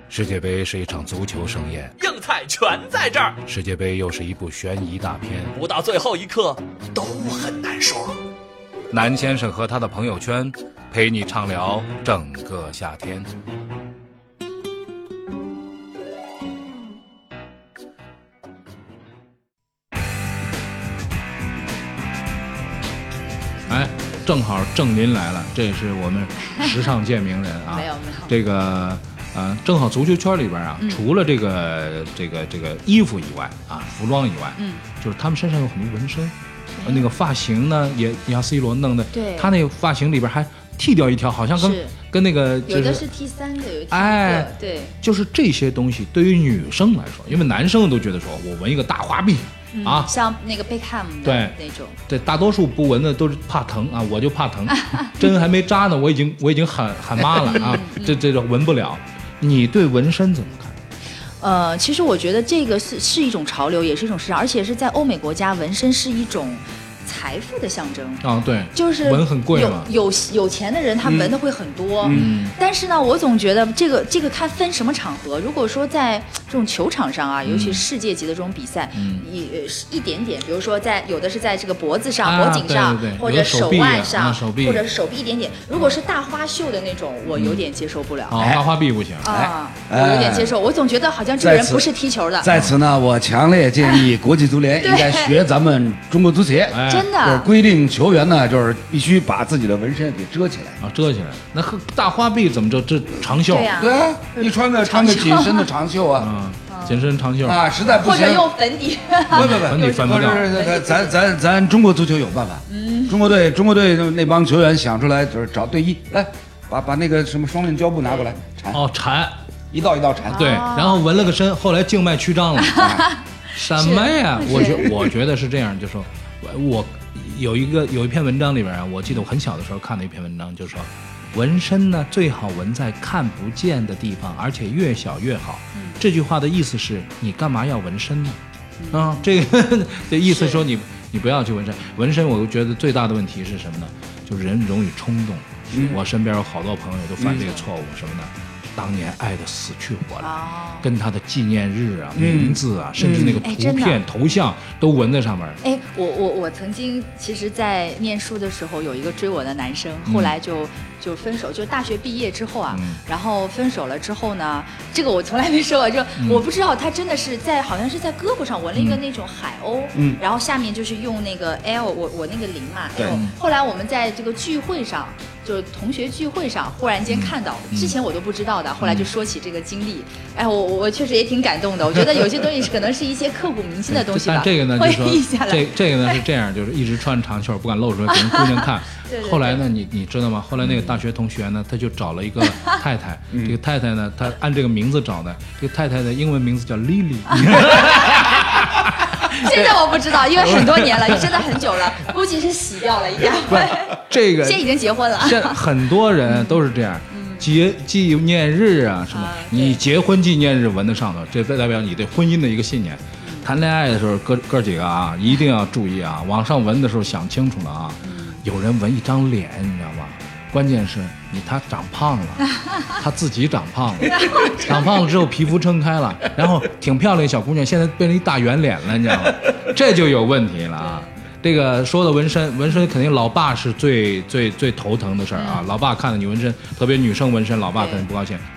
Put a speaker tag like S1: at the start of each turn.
S1: 世界杯是一场足球盛宴，
S2: 硬菜全在这儿。
S1: 世界杯又是一部悬疑大片，
S2: 不到最后一刻都很难说。
S1: 南先生和他的朋友圈陪你畅聊整个夏天。哎，正好郑林来了，这是我们时尚界名人啊。
S3: 没有。
S1: 这个正好足球圈里边啊，除了这个衣服以外啊，服装以外，就是他们身上有很多纹身。那个发型呢，也你像 C 罗弄的，
S3: 对，
S1: 他那个发型里边还剃掉一条，好像跟那个、就是、
S3: 有的是 T3的，有 T1的，
S1: 哎，
S3: 对，
S1: 就是这些东西对于女生来说，因为男生都觉得说我纹一个大花臂。啊，
S3: 像那个贝克汉姆的那种，
S1: 对，大多数不纹的都是怕疼啊，我就怕疼，针还没扎呢，我已经喊妈了啊，这纹不了。你对纹身怎么看？
S3: 其实我觉得这个是一种潮流，也是一种时尚，而且是在欧美国家，纹身是一种财富的象征
S1: 啊，对，
S3: 就是
S1: 纹很贵嘛，
S3: 有钱的人他纹的会很多，但是呢，我总觉得这个它分什么场合。如果说在这种球场上啊，尤其世界级的这种比赛，一点点，比如说有的是在这个脖子上、脖颈上，
S1: 对对对，
S3: 或者手腕上，
S1: 或
S3: 者是手臂一点点。如果是大花袖的那种，我有点接受不了。
S1: 大花臂不行
S3: 啊，我有点接受。我总觉得好像这个人不是踢球的。
S4: 在此呢，我强烈建议国际足联应该学咱们中国足协。
S3: 真的，
S4: 就是规定球员呢，就是必须把自己的纹身给遮起来
S1: 啊，遮起来。那大花臂怎么遮？这长袖？
S4: 对啊，你穿个紧身的长袖啊，
S1: 紧身长袖
S4: 啊，实在不行，
S3: 或者用粉底。
S4: 不，
S1: 粉底粉不掉。
S4: 咱中国足球有办法。中国队那帮球员想出来，就是找队医来，把那个什么双面胶布拿过来
S1: 缠，
S4: 一道一道缠。
S1: 对，然后纹了个身，后来静脉曲张了。什么呀？我觉得是这样，就说我有一篇文章里边啊，我记得我很小的时候看的一篇文章，就说纹身呢最好纹在看不见的地方，而且越小越好。这句话的意思是你干嘛要纹身呢？啊，这个的意思说你不要去纹身。纹身我觉得最大的问题是什么呢？就是人容易冲动。我身边有好多朋友都犯这个错误，什么呢？当年爱得死去活来，跟他的纪念日啊、名字啊，甚至那个图片、头像都纹在上面。
S3: 哎，我曾经其实，在念书的时候有一个追我的男生，后来就分手，就大学毕业之后啊，然后分手了之后呢，这个我从来没说过，就我不知道他真的是好像是在胳膊上纹了一个那种海鸥，然后下面就是用那个 L， 我那个0嘛 L。后来我们在这个聚会上。就是同学聚会上忽然间看到，之前我都不知道的，后来就说起这个经历，哎，我确实也挺感动的。我觉得有些东西可能是一些刻骨铭心的东西吧。
S1: 但这个呢，就是说这个呢是这样，就是一直穿长袖不敢露出来给人姑娘看。
S3: 对。
S1: 后来呢，你知道吗？后来那个大学同学呢，他就找了一个太太，这个太太呢，他按这个名字找的，这个太太的英文名字叫 Lily。
S3: 现在我不知道，因为很多年了，真的很久了，估计是洗掉了，应该会。
S1: 这个
S3: 现在已经结婚了。
S1: 现在很多人都是这样，纪念日啊什么，你结婚纪念日纹在上头，这代表你对婚姻的一个信念。谈恋爱的时候，哥几个啊，一定要注意啊，往上纹的时候想清楚了啊。有人纹一张脸，你知道吗？关键是他长胖了，他自己长胖了，长胖了之后皮肤撑开了，然后挺漂亮的小姑娘，现在变成一大圆脸了，你知道吗？这就有问题了啊！这个说的纹身肯定老爸是最头疼的事儿啊！老爸看到你纹身，特别女生纹身，老爸肯定不高兴。